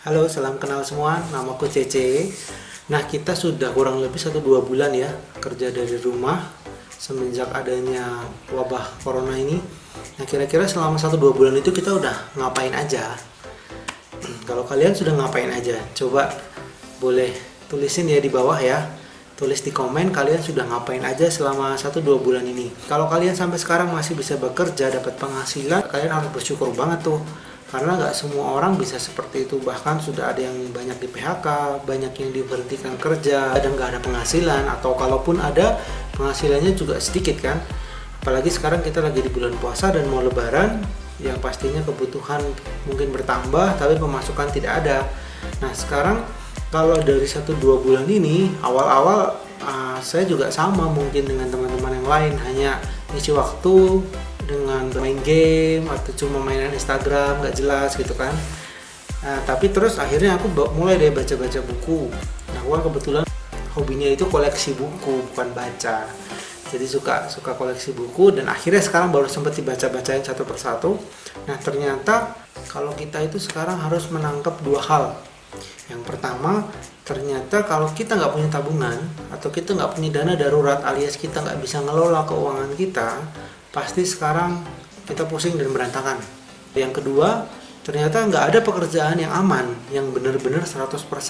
Halo, salam kenal semua. Namaku Cece. Nah, kita sudah kurang lebih 1-2 bulan ya kerja dari rumah semenjak adanya wabah corona ini. Nah, kira-kira selama 1-2 bulan itu kita udah ngapain aja? Kalau kalian sudah ngapain aja? Coba boleh tulisin ya di bawah ya. Tulis di komen kalian sudah ngapain aja selama 1-2 bulan ini. Kalau kalian sampai sekarang masih bisa bekerja, dapat penghasilan, kalian harus bersyukur banget tuh. Karena nggak semua orang bisa seperti itu. Bahkan sudah ada yang banyak di PHK, banyak yang diberhentikan kerja, dan nggak ada penghasilan. Atau kalaupun ada, penghasilannya juga sedikit kan. Apalagi sekarang kita lagi di bulan puasa dan mau lebaran, yang pastinya kebutuhan mungkin bertambah, tapi pemasukan tidak ada. Nah sekarang kalau dari 1-2 bulan ini, awal-awal saya juga sama mungkin dengan teman-teman yang lain, hanya isi waktu dengan main game atau cuma mainan Instagram nggak jelas gitu kan. Tapi terus akhirnya aku mulai deh baca-baca buku. Nah aku kan kebetulan hobinya itu koleksi buku, bukan baca. Jadi suka koleksi buku, dan akhirnya sekarang baru sempat dibaca-bacain satu persatu. Nah ternyata kalau kita itu sekarang harus menangkap dua hal. Yang pertama, ternyata kalau kita nggak punya tabungan atau kita nggak punya dana darurat alias kita nggak bisa ngelola keuangan kita, pasti sekarang kita pusing dan berantakan. Yang kedua, ternyata nggak ada pekerjaan yang aman, yang benar-benar 100%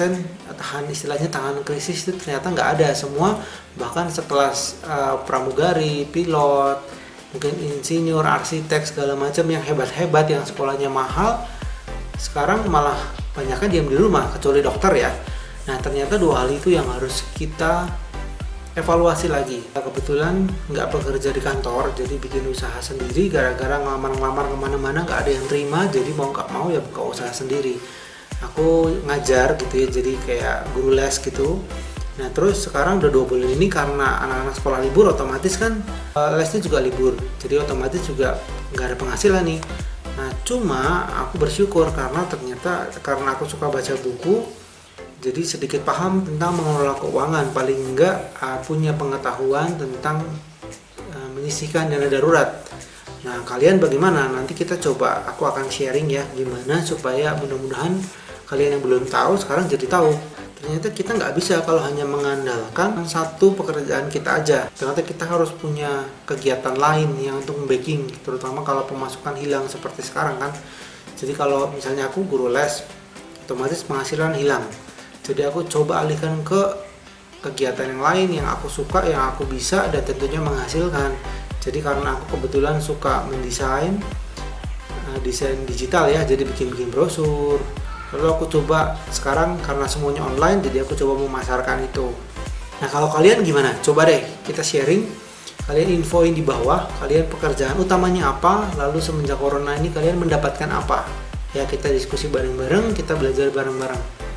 tahan, istilahnya tahan krisis itu ternyata nggak ada. Semua bahkan sekelas pramugari, pilot, mungkin insinyur, arsitek, segala macam yang hebat-hebat, yang sekolahnya mahal, sekarang malah banyaknya diam di rumah, kecuali dokter ya. Nah ternyata dua hal itu yang harus kita evaluasi lagi. Kebetulan nggak bekerja di kantor, jadi bikin usaha sendiri. Gara-gara ngelamar kemana-mana nggak ada yang terima, jadi mau nggak mau ya buka usaha sendiri. Aku ngajar gitu ya, jadi kayak guru les gitu. Nah terus sekarang udah 2 bulan ini karena anak-anak sekolah libur, otomatis kan lesnya juga libur, jadi otomatis juga nggak ada penghasilan nih. Nah cuma aku bersyukur karena ternyata karena aku suka baca buku, jadi sedikit paham tentang mengelola keuangan, paling enggak punya pengetahuan tentang menyisihkan dana darurat. Nah kalian bagaimana? Nanti kita coba, aku akan sharing ya gimana supaya mudah-mudahan kalian yang belum tahu sekarang jadi tahu. Ternyata kita nggak bisa kalau hanya mengandalkan satu pekerjaan kita aja. Ternyata kita harus punya kegiatan lain yang untuk backing, terutama kalau pemasukan hilang seperti sekarang kan. Jadi kalau misalnya aku guru les, otomatis penghasilan hilang. Jadi aku coba alihkan ke kegiatan yang lain yang aku suka, yang aku bisa, dan tentunya menghasilkan. Jadi karena aku kebetulan suka mendesain, desain digital ya, jadi bikin brosur. Lalu aku coba sekarang karena semuanya online, jadi aku coba memasarkan itu. Nah kalau kalian gimana? Coba deh kita sharing. Kalian infoin di bawah, kalian pekerjaan utamanya apa, lalu semenjak corona ini kalian mendapatkan apa. Ya kita diskusi bareng-bareng, kita belajar bareng-bareng.